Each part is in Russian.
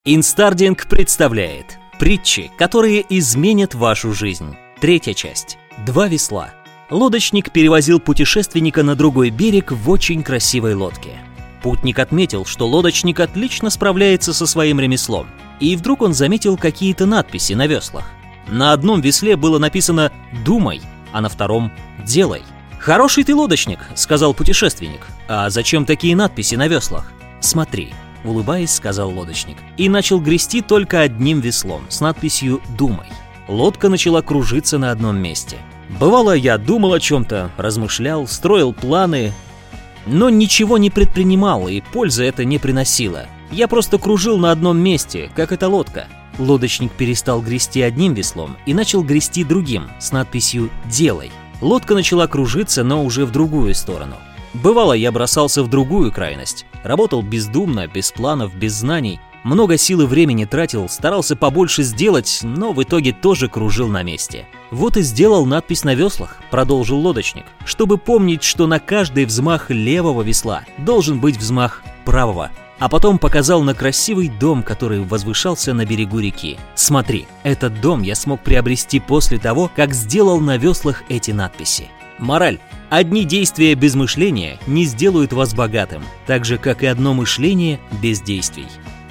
Инстардинг представляет притчи, которые изменят вашу жизнь. Третья часть. Два весла. Лодочник перевозил путешественника на другой берег в очень красивой лодке. Путник отметил, что лодочник отлично справляется со своим ремеслом. И вдруг он заметил какие-то надписи на веслах. На одном весле было написано «Думай», а на втором «Делай». «Хороший ты лодочник», — сказал путешественник. «А зачем такие надписи на веслах?» «Смотри», — улыбаясь, сказал лодочник, и начал грести только одним веслом с надписью «Думай». Лодка начала кружиться на одном месте. Бывало, я думал о чем-то, размышлял, строил планы, но ничего не предпринимал, и пользы это не приносило. Я просто кружил на одном месте, как эта лодка. Лодочник перестал грести одним веслом и начал грести другим с надписью «Делай». Лодка начала кружиться, но уже в другую сторону. Бывало, я бросался в другую крайность. Работал бездумно, без планов, без знаний. Много сил и времени тратил, старался побольше сделать, но в итоге тоже кружил на месте. Вот и сделал надпись на веслах, продолжил лодочник, чтобы помнить, что на каждый взмах левого весла должен быть взмах правого. А потом показал на красивый дом, который возвышался на берегу реки. Смотри, этот дом я смог приобрести после того, как сделал на веслах эти надписи. Мораль. Одни действия без мышления не сделают вас богатым, так же, как и одно мышление без действий.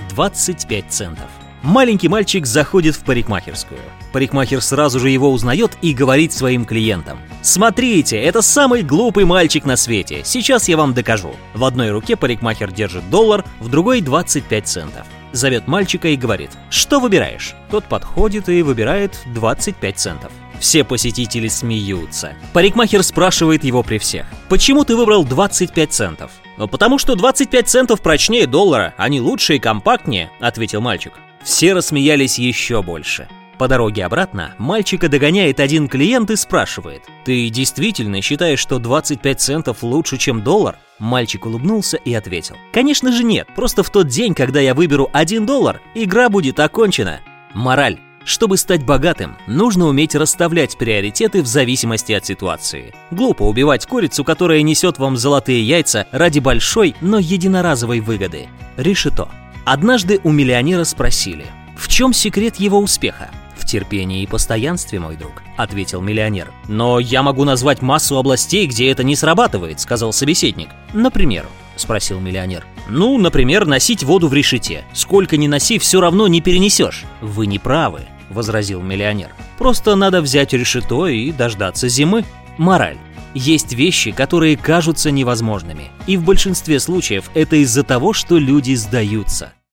25 центов. Маленький мальчик заходит в парикмахерскую. Парикмахер сразу же его узнает и говорит своим клиентам: «Смотрите, это самый глупый мальчик на свете, сейчас я вам докажу». В одной руке парикмахер держит $1, в другой 25 центов. Зовет мальчика и говорит: «Что выбираешь?» Тот подходит и выбирает 25 центов. Все посетители смеются. Парикмахер спрашивает его при всех: «Почему ты выбрал 25 центов?» «Ну, потому что 25 центов прочнее $1, они лучше и компактнее», — ответил мальчик. Все рассмеялись еще больше. По дороге обратно мальчика догоняет один клиент и спрашивает: «Ты действительно считаешь, что 25 центов лучше, чем $1?» Мальчик улыбнулся и ответил: «Конечно же нет, просто в тот день, когда я выберу $1, игра будет окончена». Мораль. Чтобы стать богатым, нужно уметь расставлять приоритеты в зависимости от ситуации. Глупо убивать курицу, которая несет вам золотые яйца ради большой, но единоразовой выгоды. Решето. Однажды у миллионера спросили: «В чем секрет его успеха?» «В терпении и постоянстве, мой друг», — ответил миллионер. «Но я могу назвать массу областей, где это не срабатывает», — сказал собеседник. «Например?» — спросил миллионер. «Ну, например, носить воду в решете. Сколько ни носи, все равно не перенесешь». «Вы не правы», — возразил миллионер. «Просто надо взять решето и дождаться зимы». Мораль. Есть вещи, которые кажутся невозможными. И в большинстве случаев это из-за того, что люди сдаются.